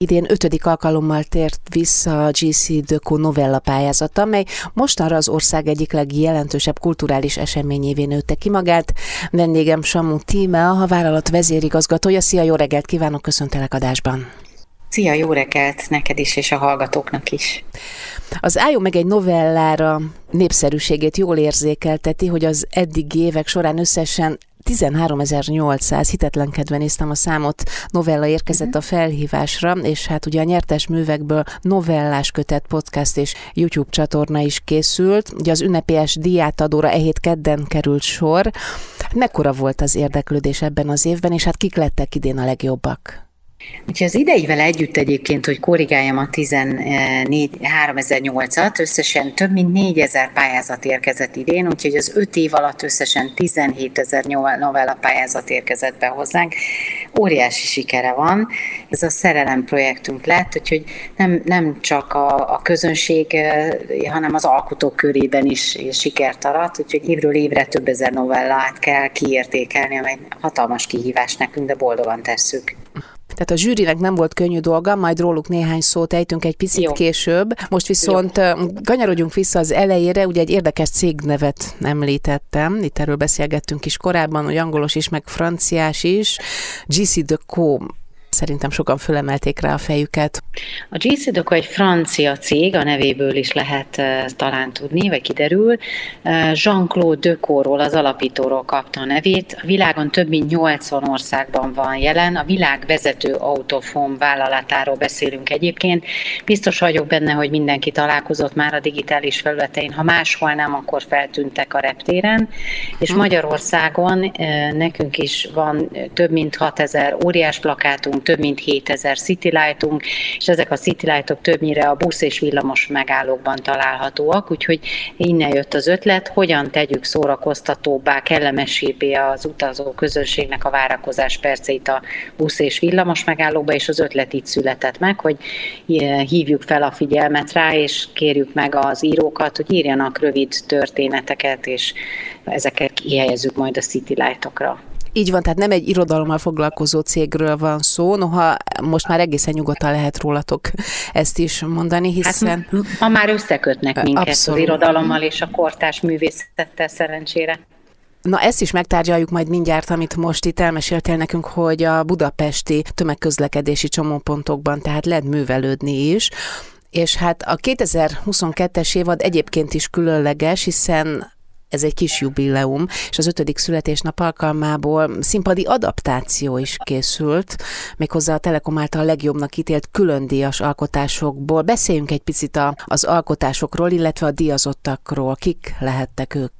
Idén 5. alkalommal tért vissza a GC Deco novella pályázata, mely mostanra az ország egyik legjelentősebb kulturális eseményévé nőtte ki magát. Vendégem Samu Tíme, a vállalat vezérigazgatója. Szia, jó reggelt kívánok, köszöntelek adásban. Szia, jó reggelt neked is, és a hallgatóknak is. Az Álljon meg egy novellára népszerűségét jól érzékelteti, hogy az eddigi évek során összesen 13.800, hitetlenkedve néztem a számot, novella érkezett a felhívásra, és hát ugye a nyertes művekből novellás kötet, podcast és YouTube csatorna is készült. Ugye az ünnepélyes díjátadóra e hét kedden került sor. Mekkora volt az érdeklődés ebben az évben, és hát kik lettek idén a legjobbak? Úgyhogy az ideivel együtt egyébként, hogy korrigáljam a 13.008-at, összesen több mint 4.000 pályázat érkezett idén, úgyhogy az 5 év alatt összesen 17.000 novella pályázat érkezett be hozzánk. Óriási sikere van. Ez a szerelem projektünk lett, úgyhogy nem csak a közönség, hanem az alkotók körében is sikert arat, úgyhogy évről évre több ezer novellát kell kiértékelni, amely hatalmas kihívás nekünk, de boldogan tesszük. Tehát a zsűrinek nem volt könnyű dolga, majd róluk néhány szót ejtünk egy picit később. Most viszont kanyarodjunk vissza az elejére, ugye egy érdekes cégnevet említettem, itt erről beszélgettünk is korábban, hogy angolos is, meg franciás is, GC Deco. Szerintem sokan fölemelték rá a fejüket. A GC Deco egy francia cég, a nevéből is lehet talán tudni, vagy kiderül. Jean-Claude Decauxról, az alapítóról kapta a nevét. A világon több mint 80 országban van jelen. A világ vezető autofon vállalatáról beszélünk egyébként. Biztos vagyok benne, hogy mindenki találkozott már a digitális felületein. Ha máshol nem, akkor feltűntek a reptéren. És Magyarországon nekünk is van több mint 6000 óriás plakátunk, több mint 7000 City Lightunk, és ezek a City Lightok többnyire a busz és villamos megállókban találhatóak, úgyhogy innen jött az ötlet, hogyan tegyük szórakoztatóbbá, kellemesebbé az utazó közönségnek a várakozás perceit a busz és villamos megállóba, és az ötlet itt született meg, hogy hívjuk fel a figyelmet rá, és kérjük meg az írókat, hogy írjanak rövid történeteket, és ezeket kihelyezzük majd a City Lightokra. Így van, tehát nem egy irodalommal foglalkozó cégről van szó, noha most már egészen nyugodtan lehet rólatok ezt is mondani, hiszen... Hát ma már összekötnek minket abszolút az irodalommal és a kortárs művészettel szerencsére. Na, ezt is megtárgyaljuk majd mindjárt, amit most itt elmeséltél nekünk, hogy a budapesti tömegközlekedési csomópontokban tehát lehet művelődni is, és hát a 2022-es évad egyébként is különleges, hiszen ez egy kis jubileum, és az 5. születésnap alkalmából színpadi adaptáció is készült, méghozzá a Telekom által legjobbnak ítélt különdíjas alkotásokból. Beszéljünk egy picit az alkotásokról, illetve a díjazottakról. Kik lehettek ők?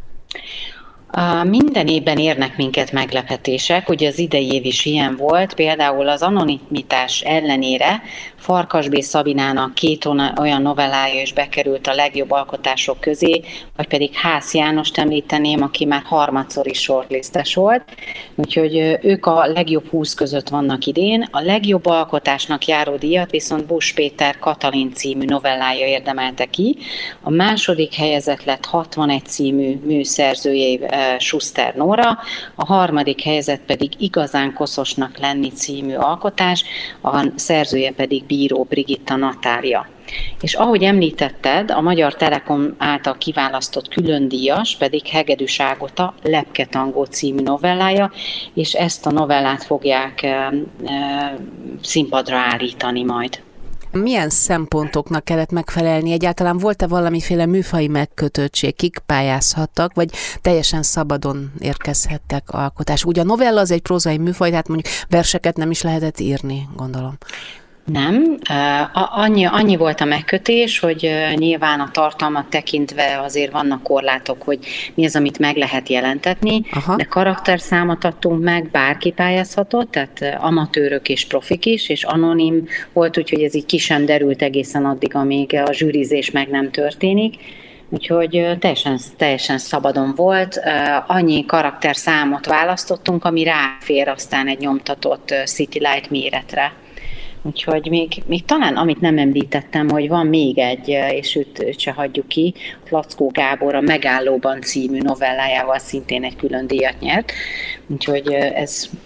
Minden évben érnek minket meglepetések, ugye az idei év is ilyen volt, például az anonimitás ellenére Farkas B. Szabinának 2 olyan novellája is bekerült a legjobb alkotások közé, vagy pedig Hász Jánost említeném, aki már harmadszor is shortlistes volt, úgyhogy ők a legjobb 20 között vannak idén. A legjobb alkotásnak járó díjat viszont Busch Péter Katalin című novellája érdemelte ki. A második helyezett lett 61 című műszerzője, Schuster Nóra, a harmadik helyezett pedig Igazán koszosnak lenni című alkotás, a szerzője pedig Bíró Brigitta Natália. És ahogy említetted, a Magyar Telekom által kiválasztott különdíjas pedig Hegedűs Ágota Lepke-tangó című novellája, és ezt a novellát fogják színpadra állítani majd. Milyen szempontoknak kellett megfelelni? Egyáltalán volt-e valamiféle műfaji megkötöttség, kik pályázhattak, vagy teljesen szabadon érkezhettek alkotás? Ugye a novella az egy prózai műfaj, tehát mondjuk verseket nem is lehetett írni, gondolom. Nem, annyi volt a megkötés, hogy nyilván a tartalmat tekintve azért vannak korlátok, hogy mi az, amit meg lehet jelentetni, de karakterszámot adtunk meg, bárki pályázhatott, tehát amatőrök és profik is, és anonim volt, úgyhogy ez így ki sem derült egészen addig, amíg a zsűrizés meg nem történik. Úgyhogy teljesen szabadon volt. Annyi karakterszámot választottunk, ami ráfér aztán egy nyomtatott City Light méretre. Úgyhogy még talán, amit nem említettem, hogy van még egy, és őt se hagyjuk ki, Lackó Gábor a Megállóban című novellájával szintén egy külön díjat nyert. Úgyhogy ez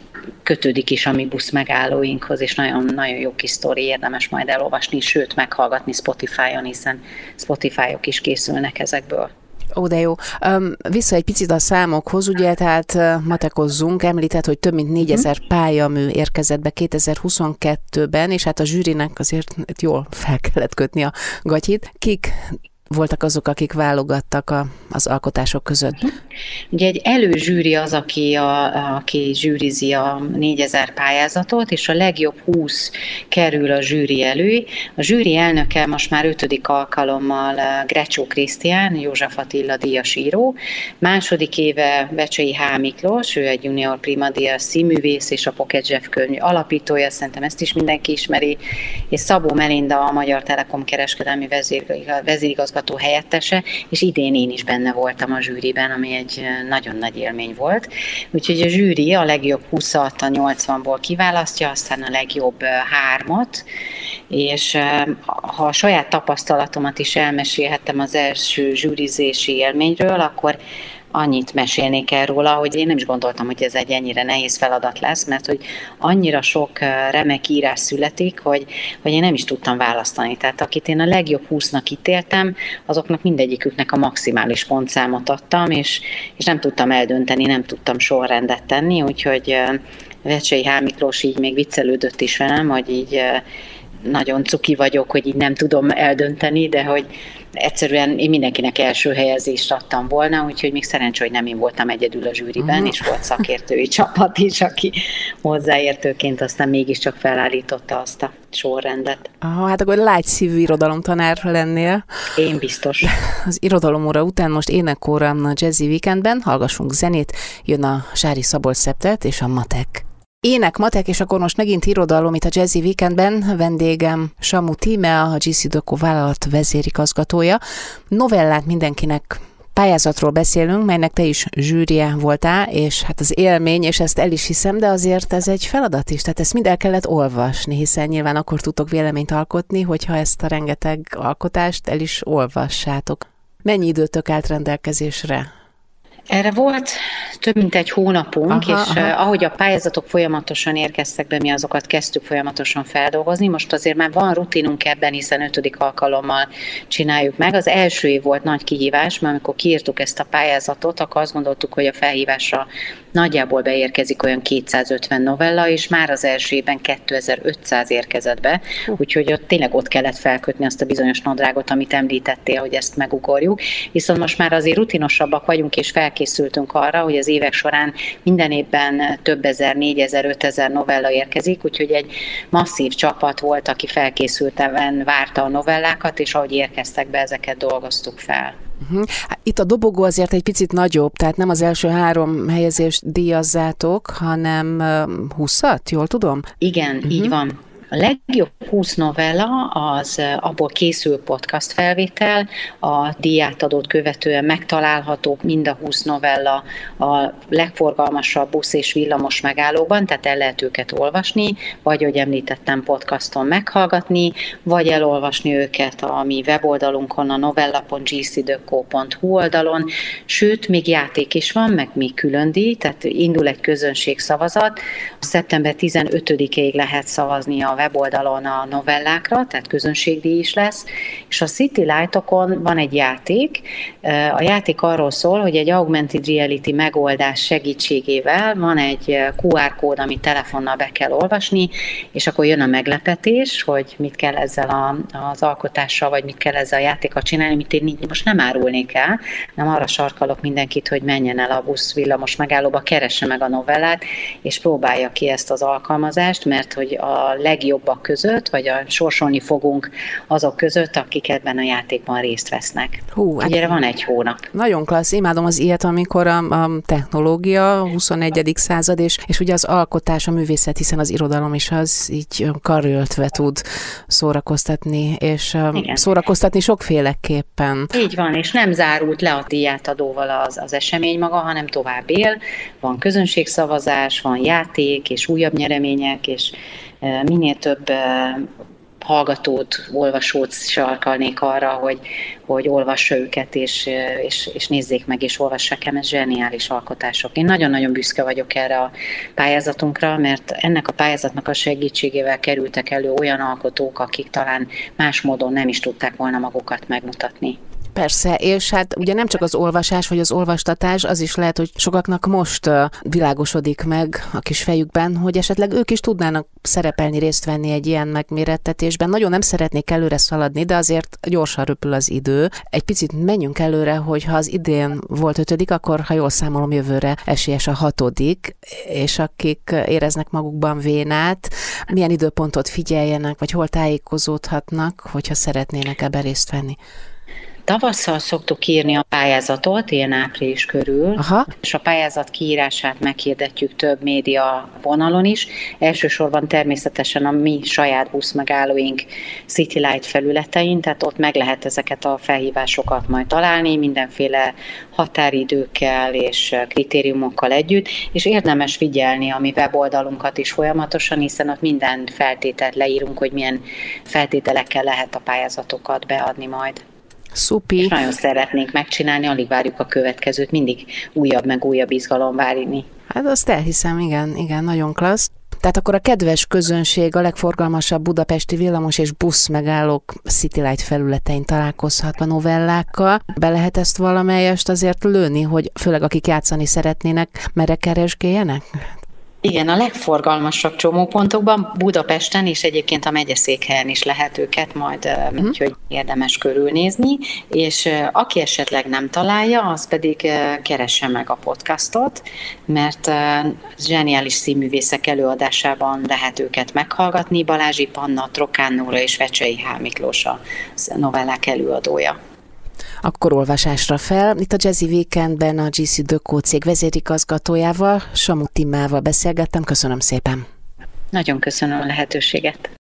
kötődik is a mi busz megállóinkhoz, és nagyon, nagyon jó kis sztori, érdemes majd elolvasni, sőt meghallgatni Spotify-on, hiszen Spotify-ok is készülnek ezekből. Ó, de jó. Vissza egy picit a számokhoz, ugye, tehát matekozzunk, említett, hogy több mint 4000 pályamű érkezett be 2022-ben, és hát a zsűrinek azért jól fel kellett kötni a gatyit. Kik voltak azok, akik válogattak az alkotások között? Ugye egy előzsűri az, aki zsűrizi a 4000 pályázatot, és a legjobb 20 kerül a zsűri elő. A zsűri elnöke most már 5. alkalommal Grecsó Krisztián, József Attila díjas író. Második éve Vecsei H. Miklós, ő egy junior prima díjas színművész, és a Pocket Jeff könyv alapítója, szerintem ezt is mindenki ismeri, és Szabó Melinda, a Magyar Telekom kereskedelmi vezérigazgató helyettese, és idén én is benne voltam a zsűriben, ami egy nagyon nagy élmény volt. Úgyhogy a zsűri a legjobb 20-at a 80-ból kiválasztja, aztán a legjobb 3-at, és ha a saját tapasztalatomat is elmesélhettem az első zsűrizési élményről, akkor annyit mesélnék el róla, hogy én nem is gondoltam, hogy ez egy ennyire nehéz feladat lesz, mert hogy annyira sok remek írás születik, hogy én nem is tudtam választani. Tehát akit én a legjobb 20-nak ítéltem, azoknak mindegyiküknek a maximális pontszámot adtam, és nem tudtam eldönteni, nem tudtam sorrendet tenni, úgyhogy Vecsei H. Miklós így még viccelődött is velem, hogy így nagyon cuki vagyok, hogy így nem tudom eldönteni, de hogy egyszerűen én mindenkinek első helyezést adtam volna, úgyhogy még szerencsé, hogy nem én voltam egyedül a zsűriben, és volt szakértői csapat is, aki hozzáértőként aztán mégiscsak felállította azt a sorrendet. Hát akkor lágyszívű irodalomtanár lennél. Én biztos. Az irodalomóra után most énekóra a Jazzy Weekendben, hallgassunk zenét, jön a Sári Szabolcs szeptet és a Matek. Ének, matek, és akkor most megint irodalom itt a Jazzy Weekendben. Vendégem Samu Tíme, a GC Deco vállalat vezérigazgatója. Novellát mindenkinek pályázatról beszélünk, melynek te is zsűrije voltál, és hát az élmény, és ezt el is hiszem, de azért ez egy feladat is, tehát ezt mind el kellett olvasni, hiszen nyilván akkor tudtok véleményt alkotni, hogyha ezt a rengeteg alkotást el is olvassátok. Mennyi időtök állt rendelkezésre? Erre volt több mint egy hónapunk, ahogy a pályázatok folyamatosan érkeztek be, mi azokat kezdtük folyamatosan feldolgozni. Most azért már van rutinunk ebben, hiszen 5. alkalommal csináljuk meg. Az első év volt nagy kihívás, mert amikor kiírtuk ezt a pályázatot, akkor azt gondoltuk, hogy a felhívásra nagyjából beérkezik olyan 250 novella, és már az első évben 2500 érkezett be, úgyhogy tényleg ott kellett felkötni azt a bizonyos nadrágot, amit említettél, hogy ezt megugorjuk. Viszont most már azért rutinosabbak vagyunk, és felkészültünk arra, hogy az évek során minden évben több ezer, 4000, 5000 novella érkezik, úgyhogy egy masszív csapat volt, aki felkészülten várta a novellákat, és ahogy érkeztek be, ezeket dolgoztuk fel. Itt a dobogó azért egy picit nagyobb, tehát nem az első 3 helyezést díjazzátok, hanem 20-at, jól tudom? Igen, így van. A legjobb 20 novella, az abból készül podcast felvétel, a díjátadót követően megtalálható mind a 20 novella a legforgalmasabb busz és villamos megállóban, tehát el lehet őket olvasni, vagy, ahogy említettem, podcaston meghallgatni, vagy elolvasni őket a mi weboldalunkon, a novella.gcdeco.hu oldalon, sőt, még játék is van, meg még külön díj, tehát indul egy közönségszavazat, szeptember 15-ig lehet szavazni a weboldalon a novellákra, tehát közönségdíj is lesz, és a City Light-okon van egy játék. A játék arról szól, hogy egy augmented reality megoldás segítségével van egy QR kód, amit telefonnal be kell olvasni, és akkor jön a meglepetés, hogy mit kell ezzel az alkotással, vagy mit kell ezzel a játékkal csinálni, amit én így most nem árulnék el, nem arra sarkalok mindenkit, hogy menjen el a busz villamos megállóba, keresse meg a novellát, és próbálja ki ezt az alkalmazást, mert hogy a legjobbak között, vagy sorsolni fogunk azok között, akik ebben a játékban részt vesznek. Ugye erre van egy hónap. Nagyon klassz, imádom az ilyet, amikor a technológia, a 21. század, és ugye az alkotás, a művészet, hiszen az irodalom is az így karöltve tud szórakoztatni, és szórakoztatni sokféleképpen. Így van, és nem zárult le a díjátadóval az esemény maga, hanem tovább él. Van közönségszavazás, van játék, és újabb nyeremények, és minél több hallgatót, olvasót sarkalnék arra, hogy olvassa őket, és nézzék meg, és olvassák el, mert zseniális alkotások. Én nagyon-nagyon büszke vagyok erre a pályázatunkra, mert ennek a pályázatnak a segítségével kerültek elő olyan alkotók, akik talán más módon nem is tudták volna magukat megmutatni. Persze, és hát ugye nem csak az olvasás vagy az olvastatás, az is lehet, hogy sokaknak most világosodik meg a kis fejükben, hogy esetleg ők is tudnának szerepelni, részt venni egy ilyen megmérettetésben. Nagyon nem szeretnék előre szaladni, de azért gyorsan röpül az idő. Egy picit menjünk előre, hogy ha az idén volt 5., akkor, ha jól számolom, jövőre esélyes a 6., és akik éreznek magukban vénát, milyen időpontot figyeljenek, vagy hol tájékozódhatnak, hogyha szeretnének ebben részt venni. Tavasszal szoktuk írni a pályázatot, ilyen április körül, és a pályázat kiírását meghirdetjük több média vonalon is. Elsősorban természetesen a mi saját buszmegállóink City Light felületein, tehát ott meg lehet ezeket a felhívásokat majd találni, mindenféle határidőkkel és kritériumokkal együtt, és érdemes figyelni a mi weboldalunkat is folyamatosan, hiszen ott minden feltételt leírunk, hogy milyen feltételekkel lehet a pályázatokat beadni majd. Szupi. És nagyon szeretnénk megcsinálni, alig várjuk a következőt, mindig újabb meg újabb izgalom várni. Hát azt elhiszem, igen, nagyon klassz. Tehát akkor a kedves közönség a legforgalmasabb budapesti villamos és busz megállók City Light felületein találkozhat a novellákkal. Be lehet ezt valamelyest azért lőni, hogy főleg akik játszani szeretnének, merre keresgéljenek? Igen, a legforgalmasabb csomópontokban Budapesten és egyébként a megyeszékhelyen is lehet őket majd, úgyhogy érdemes körülnézni, és aki esetleg nem találja, az pedig keresse meg a podcastot, mert zseniális színművészek előadásában lehet őket meghallgatni. Balázsi Panna, Trokán Nóra és Vecsei H. Miklós a novellák előadója. Akkor olvasásra fel. Itt a Jazzy Weekendben a GC Deco cég vezérigazgatójával, Samu Timmával beszélgettem. Köszönöm szépen. Nagyon köszönöm a lehetőséget.